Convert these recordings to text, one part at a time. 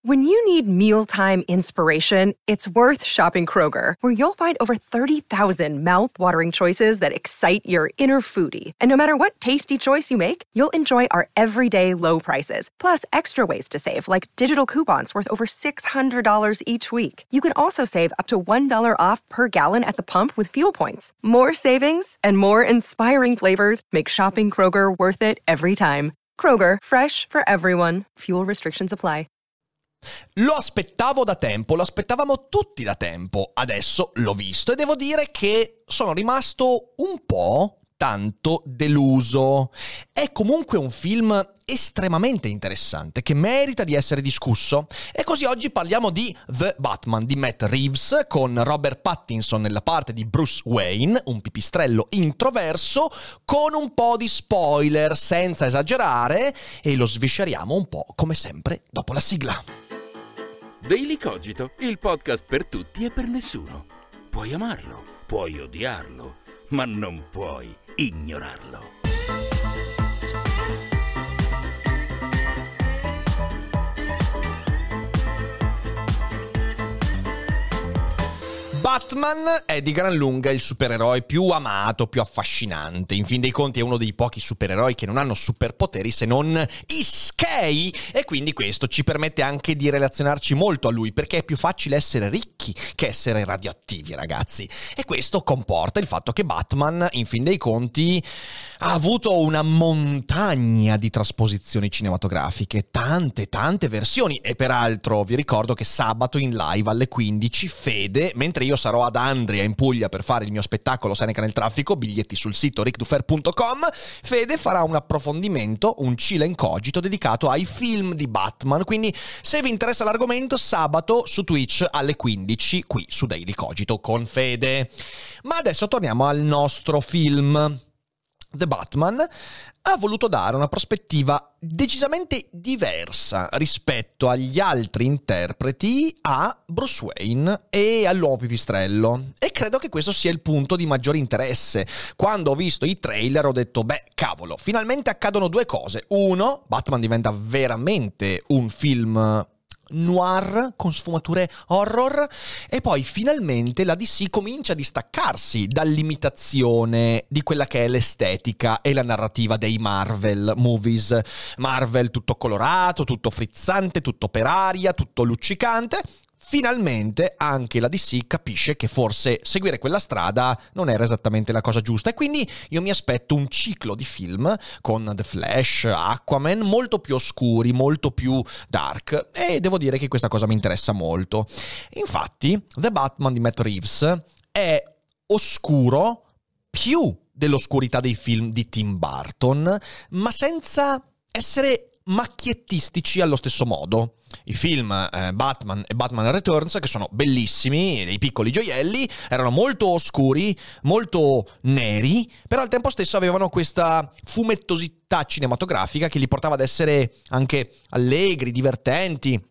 When you need mealtime inspiration, it's worth shopping Kroger, where you'll find over 30,000 mouth-watering choices that excite your inner foodie. And no matter what tasty choice you make, you'll enjoy our everyday low prices, plus extra ways to save, like digital coupons worth over $600 each week. You can also save up to $1 off per gallon at the pump with fuel points. More savings and more inspiring flavors make shopping Kroger worth it every time. Kroger, fresh for everyone. Fuel restrictions apply. Lo aspettavo da tempo, lo aspettavamo tutti da tempo, adesso l'ho visto e devo dire che sono rimasto un po' tanto deluso. È comunque un film estremamente interessante che merita di essere discusso e così oggi parliamo di The Batman di Matt Reeves con Robert Pattinson nella parte di Bruce Wayne, un pipistrello introverso, con un po' di spoiler senza esagerare, e lo svisceriamo un po' come sempre dopo la sigla. Daily Cogito, il podcast per tutti e per nessuno. Puoi amarlo, puoi odiarlo, ma non puoi ignorarlo. Batman è di gran lunga il supereroe più amato, più affascinante. In fin dei conti è uno dei pochi supereroi che non hanno superpoteri se non ischei, e quindi questo ci permette anche di relazionarci molto a lui, perché è più facile essere ricchi che essere radioattivi, ragazzi. E questo comporta il fatto che Batman, in fin dei conti, ha avuto una montagna di trasposizioni cinematografiche, tante versioni, e peraltro vi ricordo che sabato in live alle 15 Fede, mentre io sarò ad Andria in Puglia per fare il mio spettacolo Seneca nel traffico, biglietti sul sito rickdufer.com, Fede farà un approfondimento, un Cila Incogito dedicato ai film di Batman, quindi se vi interessa l'argomento, sabato su Twitch alle 15 qui su Daily Cogito con Fede. Ma adesso torniamo al nostro film. The Batman ha voluto dare una prospettiva decisamente diversa rispetto agli altri interpreti a Bruce Wayne e all'uomo pipistrello, e credo che questo sia il punto di maggiore interesse. Quando ho visto i trailer ho detto, beh, cavolo, finalmente accadono due cose. Uno, Batman diventa veramente un film noir con sfumature horror, e poi finalmente la DC comincia a distaccarsi dall'imitazione di quella che è l'estetica e la narrativa dei Marvel movies. Marvel tutto colorato, tutto frizzante, tutto per aria, tutto luccicante. Finalmente anche la DC capisce che forse seguire quella strada non era esattamente la cosa giusta, e quindi io mi aspetto un ciclo di film con The Flash, Aquaman, molto più oscuri, molto più dark, e devo dire che questa cosa mi interessa molto. Infatti The Batman di Matt Reeves è oscuro più dell'oscurità dei film di Tim Burton, ma senza essere macchiettistici allo stesso modo. I film Batman e Batman Returns, che sono bellissimi, dei piccoli gioielli, erano molto oscuri, molto neri, però al tempo stesso avevano questa fumettosità cinematografica che li portava ad essere anche allegri, divertenti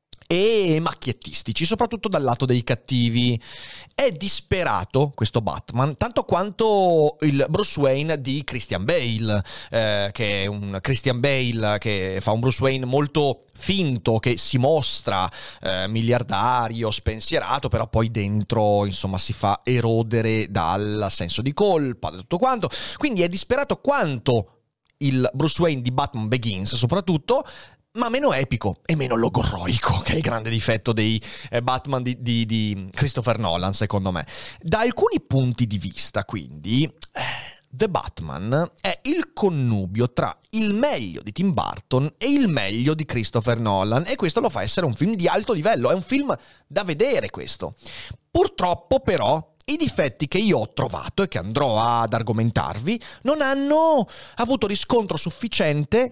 e macchiettisti, soprattutto dal lato dei cattivi. È disperato questo Batman, tanto quanto il Bruce Wayne di Christian Bale, che è un Christian Bale che fa un Bruce Wayne molto finto, che si mostra miliardario, spensierato, però poi dentro, insomma, si fa erodere dal senso di colpa, da tutto quanto. Quindi è disperato quanto il Bruce Wayne di Batman Begins, soprattutto, ma meno epico e meno logorroico, che è il grande difetto dei Batman di Christopher Nolan, secondo me. Da alcuni punti di vista, quindi, The Batman è il connubio tra il meglio di Tim Burton e il meglio di Christopher Nolan, e questo lo fa essere un film di alto livello, è un film da vedere questo. Purtroppo, però, i difetti che io ho trovato e che andrò ad argomentarvi non hanno avuto riscontro sufficiente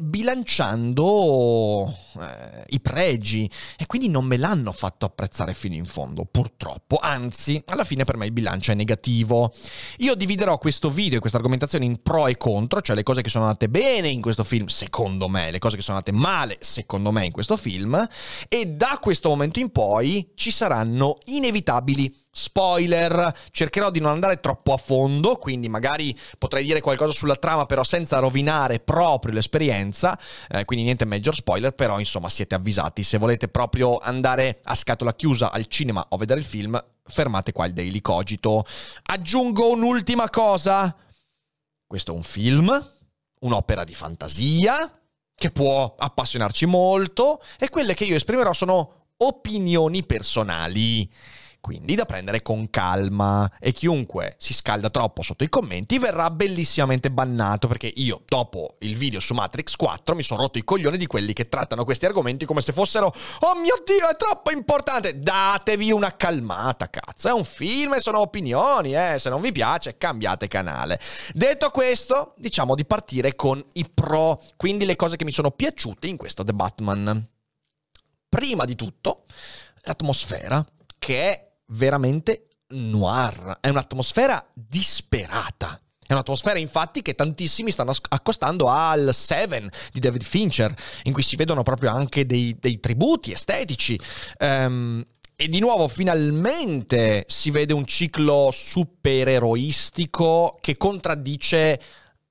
bilanciando i pregi, e quindi non me l'hanno fatto apprezzare fino in fondo, purtroppo. Anzi, alla fine per me il bilancio è negativo. Io dividerò questo video e questa argomentazione in pro e contro, cioè le cose che sono andate bene in questo film, secondo me, le cose che sono andate male, secondo me, in questo film, e da questo momento in poi ci saranno inevitabili Spoiler, cercherò di non andare troppo a fondo, quindi magari potrei dire qualcosa sulla trama però senza rovinare proprio l'esperienza, quindi niente major spoiler, però insomma siete avvisati. Se volete proprio andare a scatola chiusa al cinema o vedere il film, fermate qua il Daily Cogito. Aggiungo un'ultima cosa: questo è un film, un'opera di fantasia che può appassionarci molto, e quelle che io esprimerò sono opinioni personali, quindi da prendere con calma, e chiunque si scalda troppo sotto i commenti verrà bellissimamente bannato, perché io dopo il video su Matrix 4 mi sono rotto i coglioni di quelli che trattano questi argomenti come se fossero "oh mio Dio, è troppo importante". Datevi una calmata, cazzo, è un film e sono opinioni, se non vi piace cambiate canale. Detto questo, diciamo di partire con i pro, quindi le cose che mi sono piaciute in questo The Batman. Prima di tutto l'atmosfera, che è veramente noir, è un'atmosfera disperata. È un'atmosfera infatti che tantissimi stanno accostando al Seven di David Fincher, in cui si vedono proprio anche dei tributi estetici. E di nuovo finalmente si vede un ciclo supereroistico che contraddice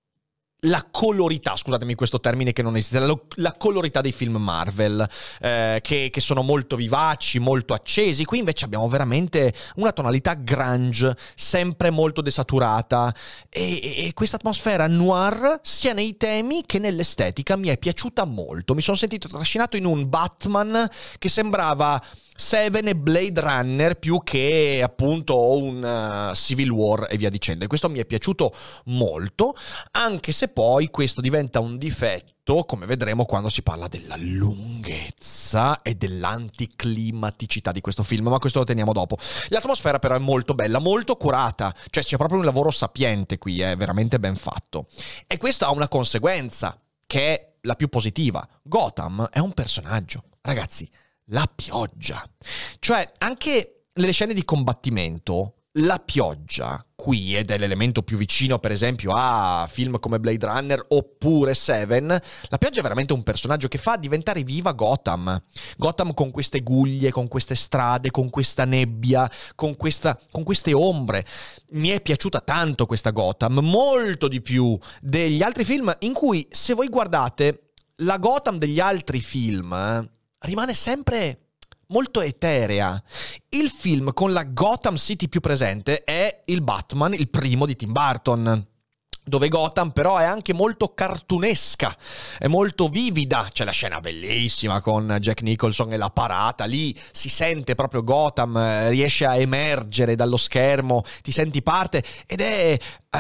la colorità, scusatemi questo termine che non esiste, la colorità dei film Marvel, che sono molto vivaci, molto accesi. Qui invece abbiamo veramente una tonalità grunge, sempre molto desaturata, e questa atmosfera noir sia nei temi che nell'estetica mi è piaciuta molto. Mi sono sentito trascinato in un Batman che sembrava Seven e Blade Runner più che appunto un Civil War e via dicendo, e questo mi è piaciuto molto, anche se poi questo diventa un difetto, come vedremo quando si parla della lunghezza e dell'anticlimaticità di questo film, ma questo lo teniamo dopo. L'atmosfera però è molto bella, molto curata, cioè c'è proprio un lavoro sapiente qui, è veramente ben fatto, e questo ha una conseguenza che è la più positiva: Gotham è un personaggio, ragazzi. La pioggia, cioè anche nelle scene di combattimento, la pioggia qui, ed è l'elemento più vicino per esempio a film come Blade Runner oppure Seven, la pioggia è veramente un personaggio che fa diventare viva Gotham con queste guglie, con queste strade, con questa nebbia, con queste ombre. Mi è piaciuta tanto questa Gotham, molto di più degli altri film in cui, se voi guardate la Gotham degli altri film, rimane sempre molto eterea. Il film con la Gotham City più presente è il Batman, il primo di Tim Burton, dove Gotham però è anche molto cartunesca, è molto vivida. C'è la scena bellissima con Jack Nicholson e la parata, lì si sente proprio Gotham, riesce a emergere dallo schermo, ti senti parte, ed è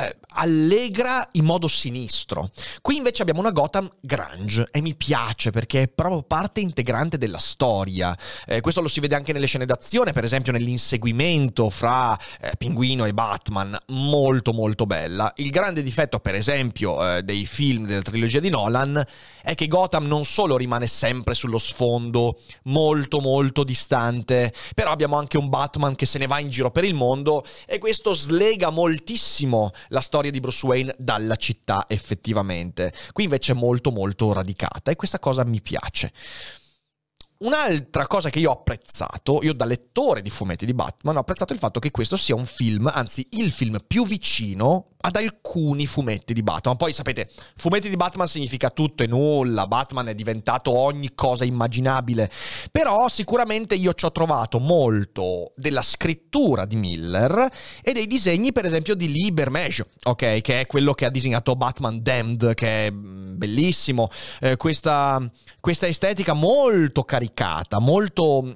allegra in modo sinistro. Qui invece abbiamo una Gotham grunge, e mi piace perché è proprio parte integrante della storia. Questo lo si vede anche nelle scene d'azione, per esempio nell'inseguimento fra Pinguino e Batman, molto molto bella. Il grande difetto per esempio dei film della trilogia di Nolan è che Gotham non solo rimane sempre sullo sfondo, molto molto distante, però abbiamo anche un Batman che se ne va in giro per il mondo, e questo slega moltissimo la storia di Bruce Wayne dalla città effettivamente. Qui invece è molto molto radicata, e questa cosa mi piace. Un'altra cosa che io ho apprezzato, io da lettore di fumetti di Batman ho apprezzato il fatto che questo sia un film, anzi il film più vicino ad alcuni fumetti di Batman. Poi sapete, fumetti di Batman significa tutto e nulla, Batman è diventato ogni cosa immaginabile, però sicuramente io ci ho trovato molto della scrittura di Miller e dei disegni per esempio di Lee Bermejo, ok, che è quello che ha disegnato Batman Damned, che è bellissimo, questa estetica molto caricata, molto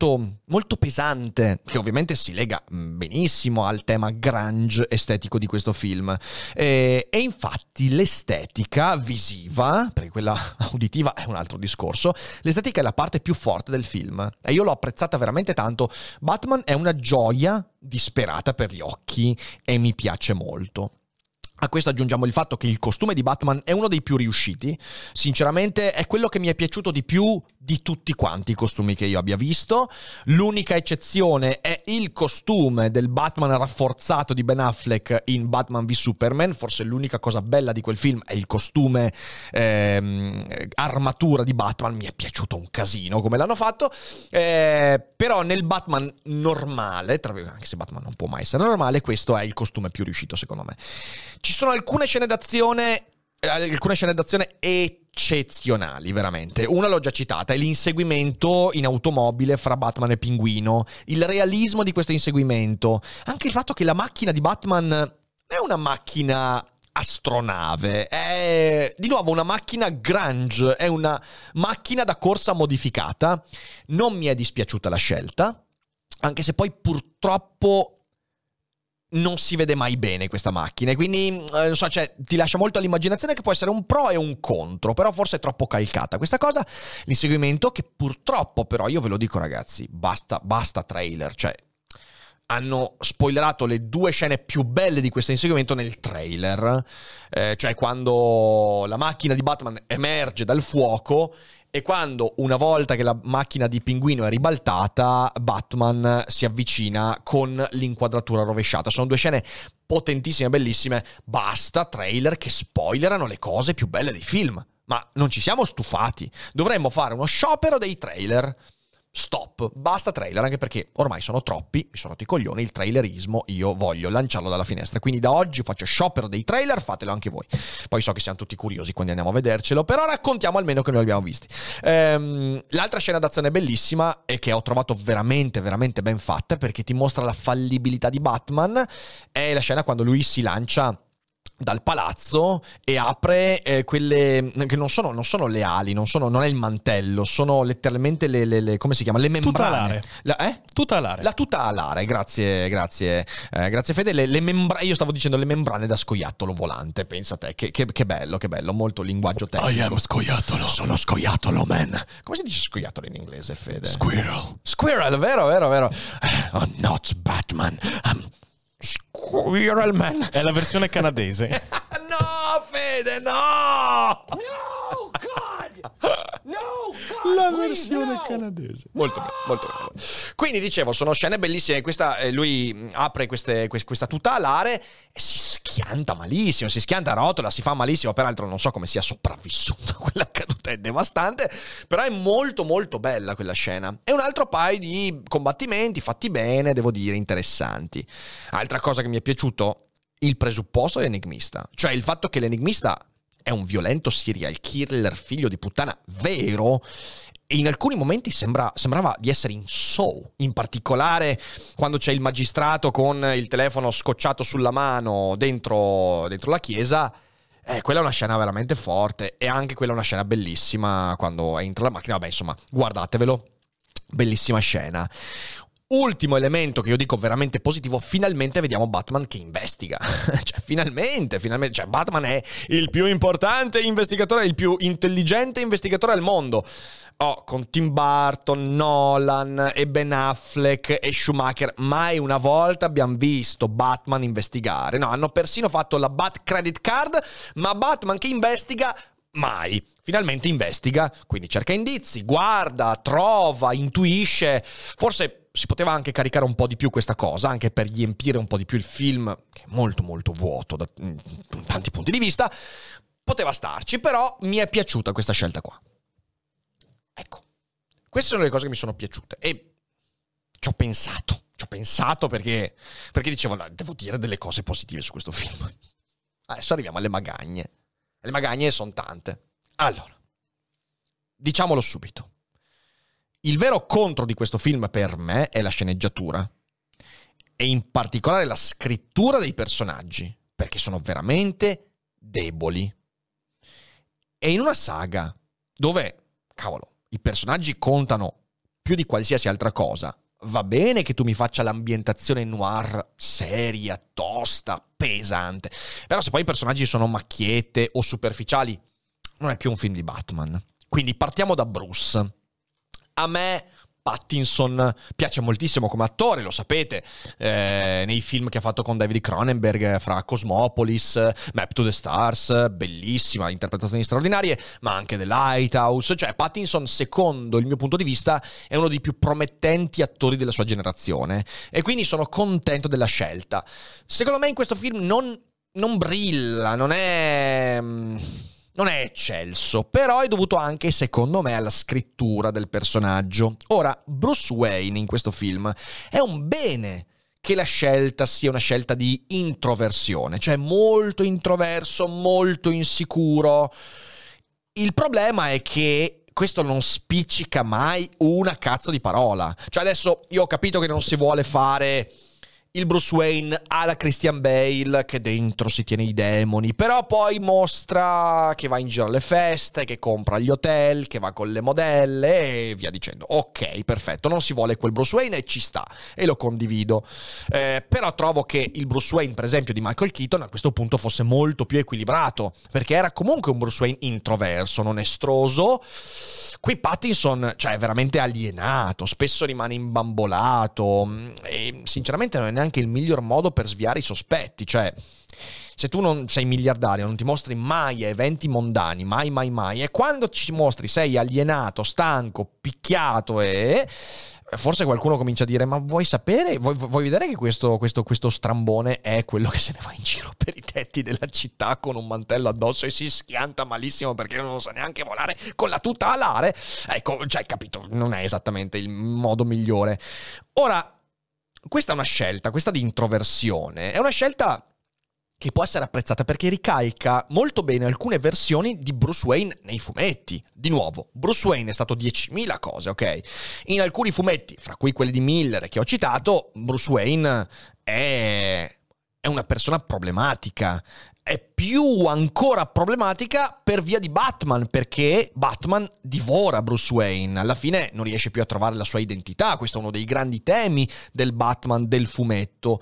pesante, che ovviamente si lega benissimo al tema grunge estetico di questo film. E infatti l'estetica visiva, perché quella uditiva è un altro discorso, l'estetica è la parte più forte del film e io l'ho apprezzata veramente tanto. Batman è una gioia disperata per gli occhi e mi piace molto. A questo aggiungiamo il fatto che il costume di Batman è uno dei più riusciti, sinceramente è quello che mi è piaciuto di più di tutti quanti i costumi che io abbia visto. L'unica eccezione è il costume del Batman rafforzato di Ben Affleck in Batman v Superman. Forse l'unica cosa bella di quel film è il costume armatura di Batman. Mi è piaciuto un casino come l'hanno fatto, però nel Batman normale, anche se Batman non può mai essere normale, questo è il costume più riuscito secondo me. Ci sono alcune scene d'azione eccezionali, veramente. Una l'ho già citata, è l'inseguimento in automobile fra Batman e Pinguino. Il realismo di questo inseguimento, anche il fatto che la macchina di Batman è una macchina astronave, è di nuovo una macchina grunge, è una macchina da corsa modificata. Non mi è dispiaciuta la scelta, anche se poi purtroppo non si vede mai bene questa macchina, e quindi non so, cioè, ti lascia molto all'immaginazione, che può essere un pro e un contro, però forse è troppo calcata questa cosa. L'inseguimento, che purtroppo, però io ve lo dico ragazzi, basta trailer, cioè hanno spoilerato le 2 scene più belle di questo inseguimento nel trailer, cioè quando la macchina di Batman emerge dal fuoco e quando, una volta che la macchina di Pinguino è ribaltata, Batman si avvicina con l'inquadratura rovesciata. Sono 2 scene potentissime, bellissime. Basta trailer che spoilerano le cose più belle dei film. Ma non ci siamo stufati. Dovremmo fare uno sciopero dei trailer. Stop, basta trailer, anche perché ormai sono troppi, mi sono rotti i coglioni, il trailerismo io voglio lanciarlo dalla finestra, quindi da oggi faccio sciopero dei trailer, fatelo anche voi. Poi so che siamo tutti curiosi quando andiamo a vedercelo, però raccontiamo almeno che noi li abbiamo visti. L'altra scena d'azione bellissima e che ho trovato veramente veramente ben fatta, perché ti mostra la fallibilità di Batman, è la scena quando lui si lancia dal palazzo e apre quelle che non sono le ali, non è il mantello, sono letteralmente le come si chiama? Le membrane. Tuta alare. La tuta alare, grazie Fede. Le membrane, io stavo dicendo le membrane da scoiattolo volante, pensa te, che bello, molto linguaggio tecnico. I am scoiattolo. Sono scoiattolo, man. Come si dice scoiattolo in inglese, Fede? Squirrel, vero. I'm not Batman, I'm Squirrel Man. È la versione canadese. No, Fede, no! No, God! La versione canadese. Molto bello. Quindi dicevo, sono scene bellissime. Lui apre questa tuta alare e si schianta malissimo, si schianta a rotola, si fa malissimo. Peraltro non so come sia sopravvissuto, quella caduta è devastante, però è molto molto bella quella scena. E un altro paio di combattimenti fatti bene, devo dire, interessanti. Altra cosa che mi è piaciuto, il presupposto dell'enigmista, cioè il fatto che l'enigmista è un violento serial killer figlio di puttana vero, e in alcuni momenti sembrava di essere in Saw, in particolare quando c'è il magistrato con il telefono scocciato sulla mano dentro la chiesa. Quella è una scena veramente forte, e anche quella è una scena bellissima quando entra la macchina. Vabbè, insomma, guardatevelo, bellissima scena. Ultimo elemento che io dico veramente positivo, finalmente vediamo Batman che investiga. Cioè, finalmente, cioè Batman è il più importante investigatore, il più intelligente investigatore al mondo. Con Tim Burton, Nolan e Ben Affleck e Schumacher, mai una volta abbiamo visto Batman investigare. No, hanno persino fatto la Bat Credit Card, ma Batman che investiga mai. Finalmente investiga, quindi cerca indizi, guarda, trova, intuisce. Forse si poteva anche caricare un po' di più questa cosa, anche per riempire un po' di più il film, che è molto molto vuoto da tanti punti di vista. Poteva starci, però mi è piaciuta questa scelta qua. Ecco, queste sono le cose che mi sono piaciute e ci ho pensato perché dicevo, no, devo dire delle cose positive su questo film. Adesso arriviamo alle magagne. Le magagne sono tante. Allora, diciamolo subito. Il vero contro di questo film per me è la sceneggiatura e in particolare la scrittura dei personaggi, perché sono veramente deboli. E in una saga dove, cavolo, i personaggi contano più di qualsiasi altra cosa, va bene che tu mi faccia l'ambientazione noir seria, tosta, pesante, però se poi i personaggi sono macchiette o superficiali, non è più un film di Batman. Quindi partiamo da Bruce. A me Pattinson piace moltissimo come attore, lo sapete, nei film che ha fatto con David Cronenberg, fra Cosmopolis, Map to the Stars, bellissima, interpretazioni straordinarie, ma anche The Lighthouse. Cioè Pattinson, secondo il mio punto di vista, è uno dei più promettenti attori della sua generazione, e quindi sono contento della scelta. Secondo me in questo film non brilla, non è eccelso, però è dovuto anche, secondo me, alla scrittura del personaggio. Ora, Bruce Wayne in questo film è un bene che la scelta sia una scelta di introversione, cioè molto introverso, molto insicuro. Il problema è che questo non spiccica mai una cazzo di parola. Cioè adesso io ho capito che non si vuole fare il Bruce Wayne alla Christian Bale, che dentro si tiene i demoni, però poi mostra che va in giro alle feste, che compra gli hotel, che va con le modelle e via dicendo. Ok, perfetto, non si vuole quel Bruce Wayne e ci sta, e lo condivido. Però trovo che il Bruce Wayne, per esempio, di Michael Keaton a questo punto fosse molto più equilibrato, perché era comunque un Bruce Wayne introverso, non estroso. Qui Pattinson, cioè, è veramente alienato, spesso rimane imbambolato e sinceramente non è neanche il miglior modo per sviare i sospetti. Cioè, se tu non sei miliardario, non ti mostri mai a eventi mondani, mai, e quando ci mostri sei alienato, stanco, picchiato e forse qualcuno comincia a dire: ma vuoi sapere, vuoi vedere che questo strambone è quello che se ne va in giro per i tetti della città con un mantello addosso e si schianta malissimo perché non sa neanche volare con la tuta alare? Ecco, cioè, capito, non è esattamente il modo migliore. Ora, questa è una scelta, questa di introversione, è una scelta che può essere apprezzata perché ricalca molto bene alcune versioni di Bruce Wayne nei fumetti. Di nuovo, Bruce Wayne è stato 10.000 cose, ok? In alcuni fumetti, fra cui quelli di Miller che ho citato, Bruce Wayne è una persona problematica. È più ancora problematica per via di Batman, perché Batman divora Bruce Wayne. Alla fine non riesce più a trovare la sua identità. Questo è uno dei grandi temi del Batman del fumetto.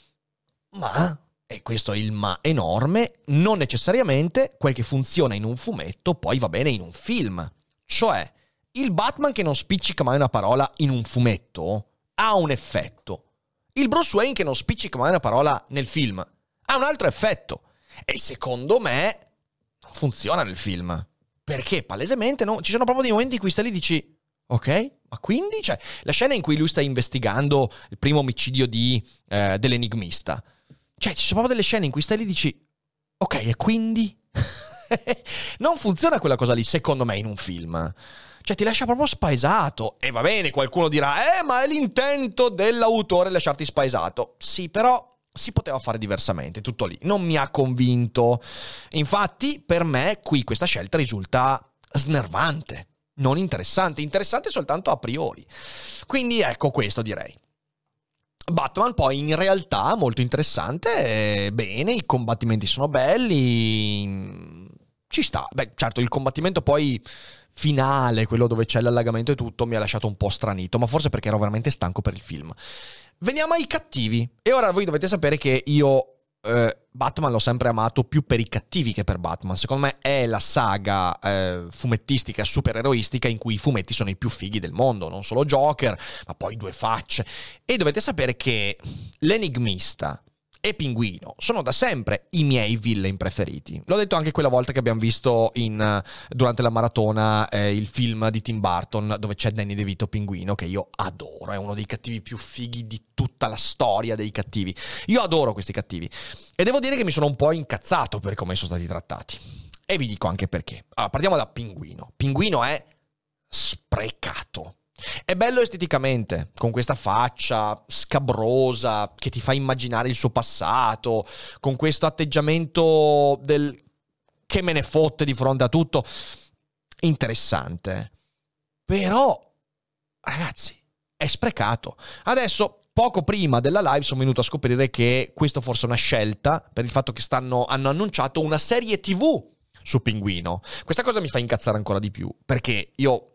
Ma... e questo è il ma enorme, non necessariamente quel che funziona in un fumetto poi va bene in un film. Cioè, il Batman che non spiccica mai una parola in un fumetto ha un effetto. Il Bruce Wayne che non spiccica mai una parola nel film ha un altro effetto. E secondo me non funziona nel film. Perché palesemente no, ci sono proprio dei momenti in cui stai lì e dici: ok, ma quindi? Cioè, la scena in cui lui sta investigando il primo omicidio dell'enigmista. Cioè, ci sono proprio delle scene in cui stai lì e dici: ok, e quindi? Non funziona quella cosa lì, secondo me, in un film. Cioè, ti lascia proprio spaesato. E va bene, qualcuno dirà: ma è l'intento dell'autore lasciarti spaesato. Sì, però si poteva fare diversamente, tutto lì. Non mi ha convinto. Infatti, per me, qui questa scelta risulta snervante, non interessante. Interessante soltanto a priori. Quindi, ecco, questo direi. Batman poi in realtà molto interessante, bene, i combattimenti sono belli, ci sta. Beh, certo, il combattimento poi finale, quello dove c'è l'allagamento e tutto, mi ha lasciato un po' stranito, ma forse perché ero veramente stanco per il film. Veniamo ai cattivi. E ora voi dovete sapere che io Batman l'ho sempre amato più per i cattivi che per Batman. Secondo me è la saga fumettistica supereroistica in cui i fumetti sono i più fighi del mondo, non solo Joker, ma poi Due Facce. E dovete sapere che l'Enigmista e Pinguino sono da sempre i miei villain preferiti. L'ho detto anche quella volta che abbiamo visto durante la maratona il film di Tim Burton dove c'è Danny DeVito Pinguino, che io adoro, è uno dei cattivi più fighi di tutta la storia dei cattivi. Io adoro questi cattivi e devo dire che mi sono un po' incazzato per come sono stati trattati. E vi dico anche perché. Allora, partiamo da Pinguino. Pinguino è sprecato. È bello esteticamente, con questa faccia scabrosa che ti fa immaginare il suo passato, con questo atteggiamento del che me ne fotte di fronte a tutto. Interessante. Però, ragazzi, è sprecato. Adesso, poco prima della live, sono venuto a scoprire che questo forse è una scelta per il fatto che hanno annunciato una serie TV su Pinguino. Questa cosa mi fa incazzare ancora di più, perché io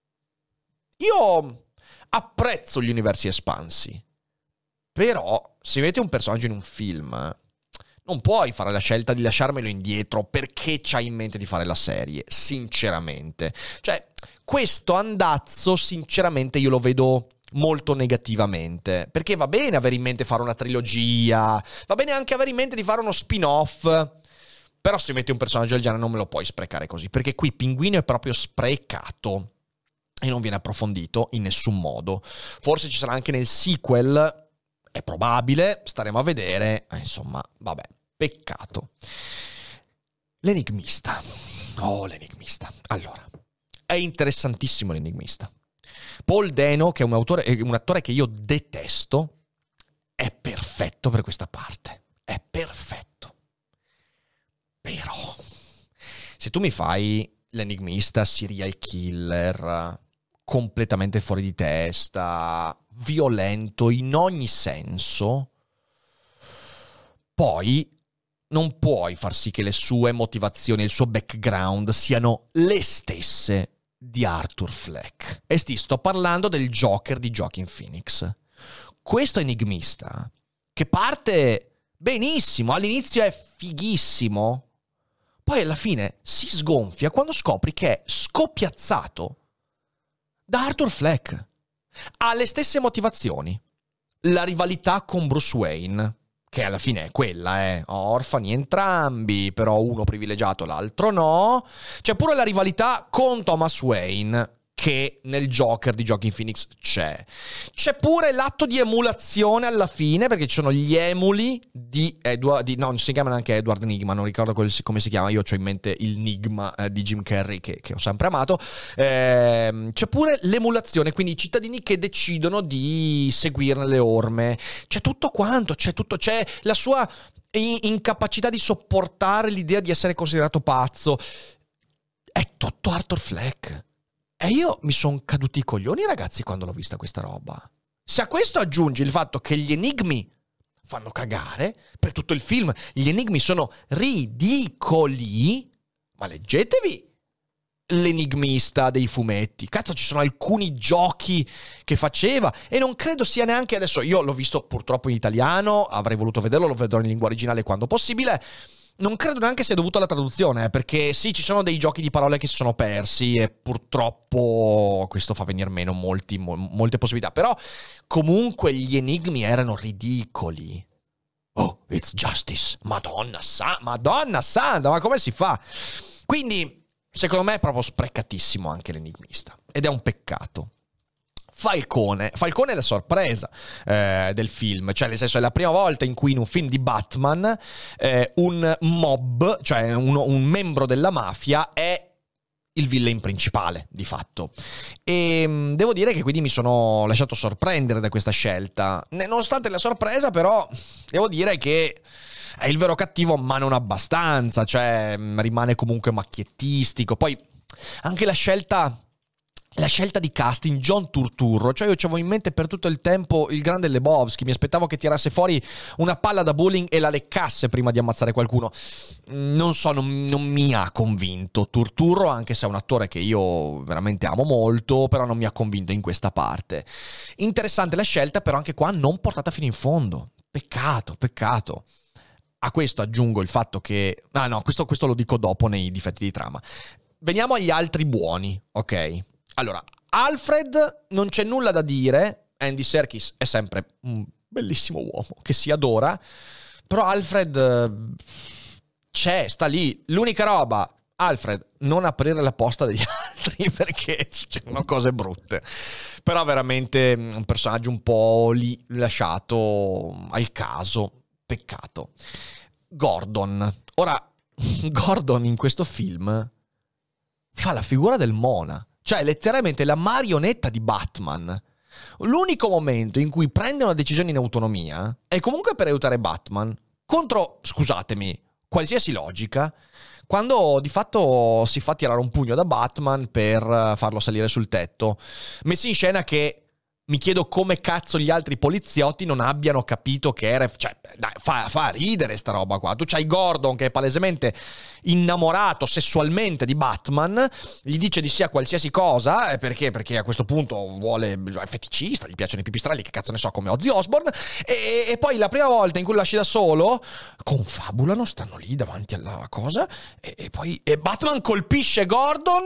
apprezzo gli universi espansi, però se vedete un personaggio in un film Non puoi fare la scelta di lasciarmelo indietro perché c'hai in mente di fare la serie, sinceramente. Cioè, questo andazzo, sinceramente, io lo vedo molto negativamente, perché va bene avere in mente fare una trilogia, va bene anche avere in mente di fare uno spin-off, però se metti un personaggio del genere non me lo puoi sprecare così, perché qui Pinguino è proprio sprecato e non viene approfondito in nessun modo. Forse ci sarà anche nel sequel, è probabile, staremo a vedere, insomma, vabbè, peccato. L'enigmista. Oh, l'enigmista. Allora, è interessantissimo l'enigmista. Paul Dano, che è un attore che io detesto, è perfetto per questa parte. È perfetto. Però, se tu mi fai l'enigmista, serial killer, completamente fuori di testa, violento in ogni senso, poi non puoi far sì che le sue motivazioni, il suo background siano le stesse di Arthur Fleck. E sto parlando del Joker di Joaquin Phoenix. Questo enigmista, che parte benissimo, all'inizio è fighissimo, poi alla fine si sgonfia quando scopri che è scoppiazzato da Arthur Fleck. Ha le stesse motivazioni. La rivalità con Bruce Wayne, che alla fine è quella, orfani entrambi, però uno privilegiato, l'altro no. C'è pure la rivalità con Thomas Wayne, che nel Joker di Joaquin Phoenix c'è. C'è pure l'atto di emulazione alla fine, perché ci sono gli emuli di non si chiama neanche Edward Nigma, non ricordo come si chiama, io ho in mente il Nigma di Jim Carrey che ho sempre amato. C'è pure l'emulazione, quindi i cittadini che decidono di seguirne le orme. C'è tutto quanto, c'è la sua incapacità di sopportare l'idea di essere considerato pazzo. È tutto Arthur Fleck. E io mi sono caduti i coglioni, ragazzi, quando l'ho vista questa roba. Se a questo aggiungi il fatto che gli enigmi fanno cagare, per tutto il film gli enigmi sono ridicoli, ma leggetevi l'enigmista dei fumetti. Cazzo, ci sono alcuni giochi che faceva e non credo sia neanche adesso. Io l'ho visto purtroppo in italiano, avrei voluto vederlo, lo vedrò in lingua originale quando possibile. Non credo neanche sia dovuto alla traduzione, perché sì, ci sono dei giochi di parole che si sono persi e purtroppo questo fa venire meno molte possibilità, però comunque gli enigmi erano ridicoli. Oh, it's justice. Madonna santa, ma come si fa? Quindi, secondo me è proprio sprecatissimo anche l'enigmista, ed è un peccato. Falcone è la sorpresa del film, cioè nel senso è la prima volta in cui in un film di Batman un mob, cioè un membro della mafia è il villain principale di fatto, e devo dire che quindi mi sono lasciato sorprendere da questa scelta. Nonostante la sorpresa, però devo dire che è il vero cattivo, ma non abbastanza, cioè rimane comunque macchiettistico. Poi anche la scelta di casting, John Turturro, cioè io c'avevo in mente per tutto il tempo il grande Lebowski, mi aspettavo che tirasse fuori una palla da bowling e la leccasse prima di ammazzare qualcuno. Non so, non mi ha convinto Turturro, anche se è un attore che io veramente amo molto, però non mi ha convinto in questa parte. Interessante la scelta, però anche qua non portata fino in fondo. Peccato. A questo aggiungo il fatto che... questo lo dico dopo nei difetti di trama. Veniamo agli altri buoni, ok? Allora, Alfred non c'è nulla da dire, Andy Serkis è sempre un bellissimo uomo che si adora, però Alfred sta lì. L'unica roba, Alfred, non aprire la posta degli altri perché succedono cose brutte. Però veramente un personaggio un po' lì lasciato al caso, peccato. Gordon in questo film fa la figura del Mona. Cioè, letteralmente la marionetta di Batman. L'unico momento in cui prende una decisione in autonomia è comunque per aiutare Batman contro, scusatemi, qualsiasi logica, quando di fatto si fa tirare un pugno da Batman per farlo salire sul tetto. Messi in scena che mi chiedo come cazzo gli altri poliziotti non abbiano capito che era... Cioè, dai, fa ridere sta roba qua. Tu c'hai Gordon che è palesemente innamorato sessualmente di Batman, gli dice di sì a qualsiasi cosa, perché a questo punto è feticista, gli piacciono i pipistrelli, che cazzo ne so, come Ozzy Osbourne, e poi la prima volta in cui lo lasci da solo, confabulano, stanno lì davanti alla cosa, e poi Batman colpisce Gordon...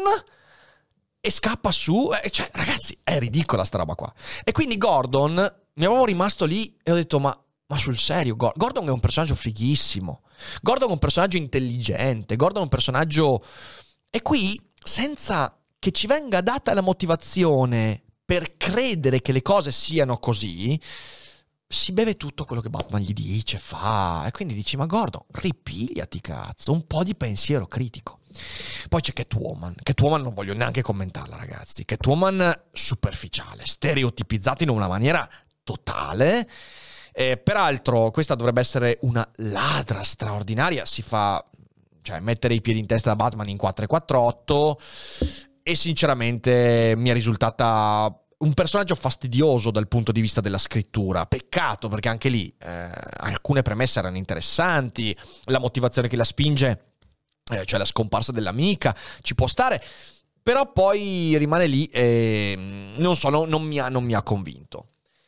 e scappa su, cioè ragazzi è ridicola sta roba qua. E quindi Gordon, mi avevo rimasto lì e ho detto ma sul serio, Gordon è un personaggio fighissimo, Gordon è un personaggio intelligente, Gordon è un personaggio... E qui, senza che ci venga data la motivazione per credere che le cose siano così, si beve tutto quello che Batman gli dice, fa, e quindi dici ma Gordon, ripigliati cazzo, un po' di pensiero critico. Poi c'è Catwoman non voglio neanche commentarla, ragazzi. Catwoman superficiale, stereotipizzata in una maniera totale. Peraltro questa dovrebbe essere una ladra straordinaria, si fa, cioè, mettere i piedi in testa da Batman in 448, e sinceramente mi è risultata un personaggio fastidioso dal punto di vista della scrittura. Peccato, perché anche lì alcune premesse erano interessanti, la motivazione che la spinge, cioè la scomparsa dell'amica, ci può stare, però poi rimane lì e non so, non mi ha convinto.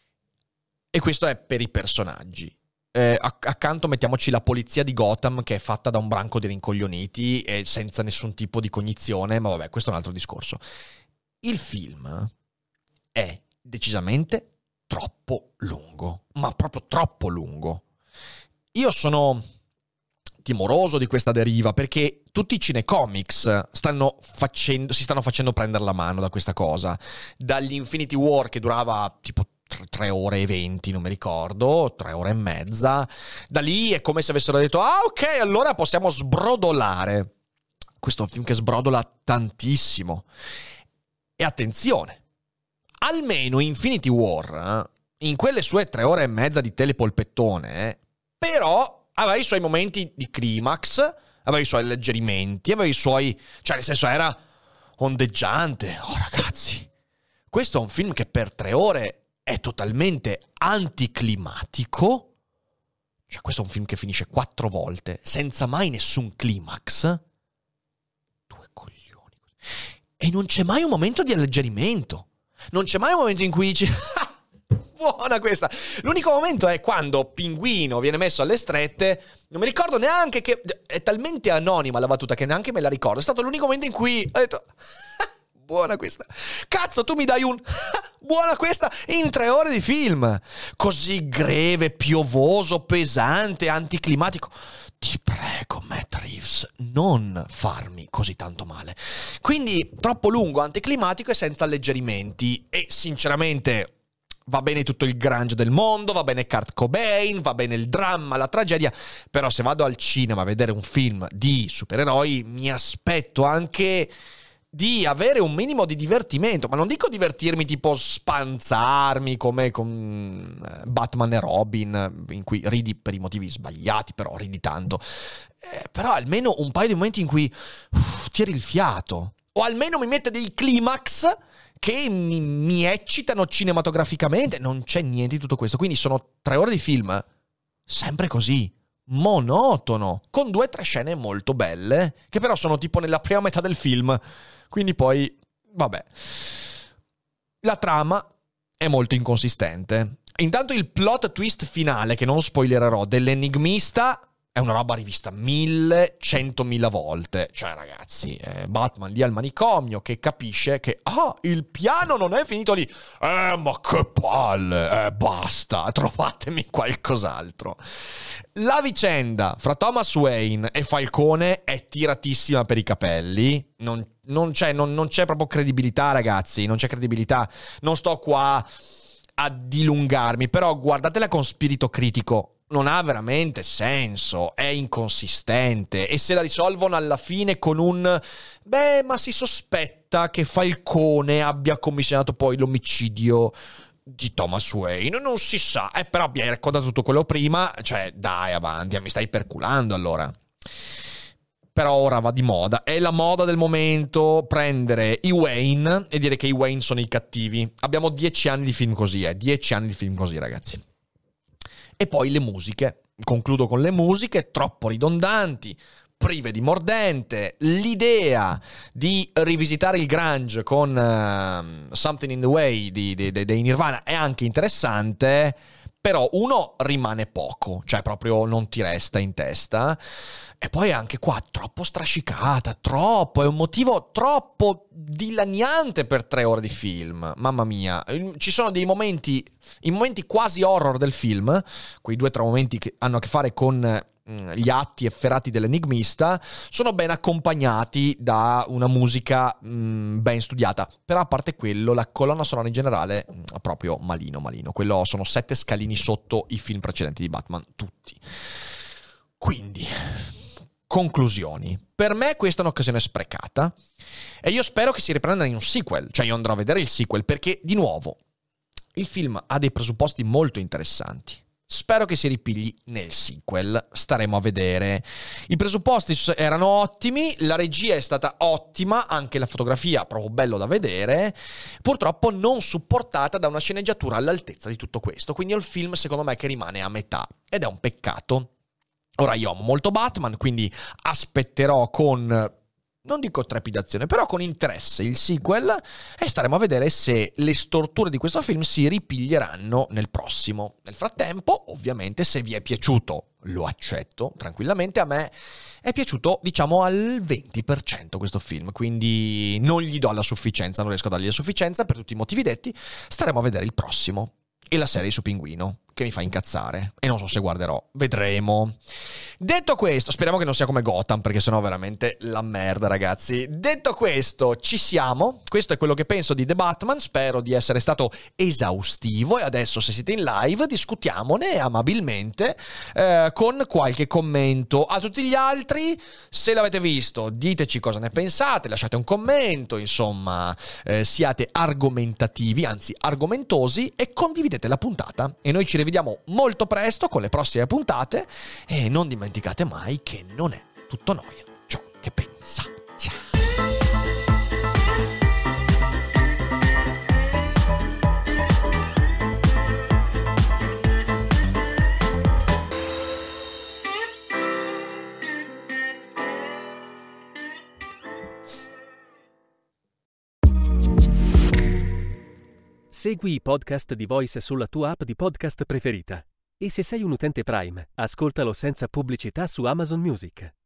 E questo è per i personaggi. Accanto mettiamoci la polizia di Gotham, che è fatta da un branco di rincoglioniti e senza nessun tipo di cognizione, ma vabbè, questo è un altro discorso. Il film è decisamente troppo lungo, ma proprio troppo lungo. Io sono timoroso di questa deriva, perché tutti i cinecomics si stanno facendo prendere la mano da questa cosa. Dagli Infinity War, che durava tipo 3 ore e 20, non mi ricordo, 3 ore e mezza, da lì è come se avessero detto ok, allora possiamo sbrodolare. Questo è un film che sbrodola tantissimo. E attenzione, almeno Infinity War, in quelle sue 3 ore e mezza di telepolpettone, però aveva i suoi momenti di climax, aveva i suoi alleggerimenti, aveva i suoi... Cioè, nel senso, era ondeggiante. Oh, ragazzi, questo è un film che per 3 ore è totalmente anticlimatico. Cioè, questo è un film che finisce 4 volte, senza mai nessun climax. 2 coglioni. E non c'è mai un momento di alleggerimento. Non c'è mai un momento in cui dici... buona questa. L'unico momento è quando Pinguino viene messo alle strette. Non mi ricordo neanche, che è talmente anonima la battuta che neanche me la ricordo. È stato l'unico momento in cui ho detto buona questa. Cazzo, tu mi dai un buona questa in 3 ore di film. Così greve, piovoso, pesante, anticlimatico. Ti prego, Matt Reeves, non farmi così tanto male. Quindi troppo lungo, anticlimatico e senza alleggerimenti. E sinceramente va bene tutto il grunge del mondo, va bene Kurt Cobain, va bene il dramma, la tragedia, però se vado al cinema a vedere un film di supereroi mi aspetto anche di avere un minimo di divertimento, ma non dico divertirmi tipo spanzarmi come con Batman e Robin, in cui ridi per i motivi sbagliati, però ridi tanto, però almeno un paio di momenti in cui tiri il fiato, o almeno mi mette dei climax che mi eccitano cinematograficamente. Non c'è niente di tutto questo, quindi sono 3 ore di film sempre così, monotono, con 2 o 3 scene molto belle, che però sono tipo nella prima metà del film, quindi poi, vabbè. La trama è molto inconsistente. Intanto il plot twist finale, che non spoilererò, dell'enigmista è una roba rivista 1.100.000 volte. Cioè, ragazzi, Batman lì al manicomio che capisce che il piano non è finito lì. Ma che palle, basta, trovatemi qualcos'altro. La vicenda fra Thomas Wayne e Falcone è tiratissima per i capelli. Non c'è proprio credibilità, ragazzi, non c'è credibilità. Non sto qua a dilungarmi, però guardatela con spirito critico. Non ha veramente senso, è inconsistente, e se la risolvono alla fine con un ma si sospetta che Falcone abbia commissionato poi l'omicidio di Thomas Wayne, non si sa, però mi hai raccontato tutto quello prima, cioè dai, avanti, mi stai perculando allora. però ora va di moda. È la moda del momento prendere i Wayne e dire che i Wayne sono i cattivi. Abbiamo 10 anni di film così, 10 anni di film così, ragazzi. E poi le musiche. Concludo con le musiche, troppo ridondanti, prive di mordente. L'idea di rivisitare il grunge con Something in the Way dei Nirvana è anche interessante, però uno rimane poco, cioè proprio non ti resta in testa. E poi anche qua troppo strascicata, troppo, è un motivo troppo dilaniante per 3 ore di film, mamma mia. Ci sono dei momenti, i momenti quasi horror del film, quei 2 o 3 momenti che hanno a che fare con gli atti efferati dell'enigmista, sono ben accompagnati da una musica ben studiata, però a parte quello la colonna sonora in generale proprio malino. Quello sono 7 scalini sotto i film precedenti di Batman, tutti. Quindi conclusioni. Per me questa è un'occasione sprecata e io spero che si riprenda in un sequel, cioè io andrò a vedere il sequel perché di nuovo il film ha dei presupposti molto interessanti. Spero che si ripigli nel sequel, staremo a vedere. I presupposti erano ottimi, la regia è stata ottima, anche la fotografia proprio bello da vedere, purtroppo non supportata da una sceneggiatura all'altezza di tutto questo, quindi è il film secondo me che rimane a metà ed è un peccato. Ora io amo molto Batman, quindi aspetterò con, non dico trepidazione, però con interesse il sequel e staremo a vedere se le storture di questo film si ripiglieranno nel prossimo. Nel frattempo, ovviamente, se vi è piaciuto, lo accetto tranquillamente, a me è piaciuto diciamo al 20% questo film, quindi non gli do la sufficienza, non riesco a dargli la sufficienza per tutti i motivi detti. Staremo a vedere il prossimo e la serie su Pinguino, che mi fa incazzare e non so se guarderò, vedremo. Detto questo, speriamo che non sia come Gotham, perché sennò veramente la merda, ragazzi. Detto questo, ci siamo. Questo è quello che penso di The Batman. Spero di essere stato esaustivo e adesso, se siete in live, discutiamone amabilmente con qualche commento. A tutti gli altri, se l'avete visto, diteci cosa ne pensate, lasciate un commento, insomma, siate argomentativi, anzi argomentosi, e condividete la puntata. E noi ci rivediamo molto presto con le prossime puntate e non dimenticate mai che non è tutto noia ciò che pensa. Ciao. Segui i podcast di Voice sulla tua app di podcast preferita. E se sei un utente Prime, ascoltalo senza pubblicità su Amazon Music.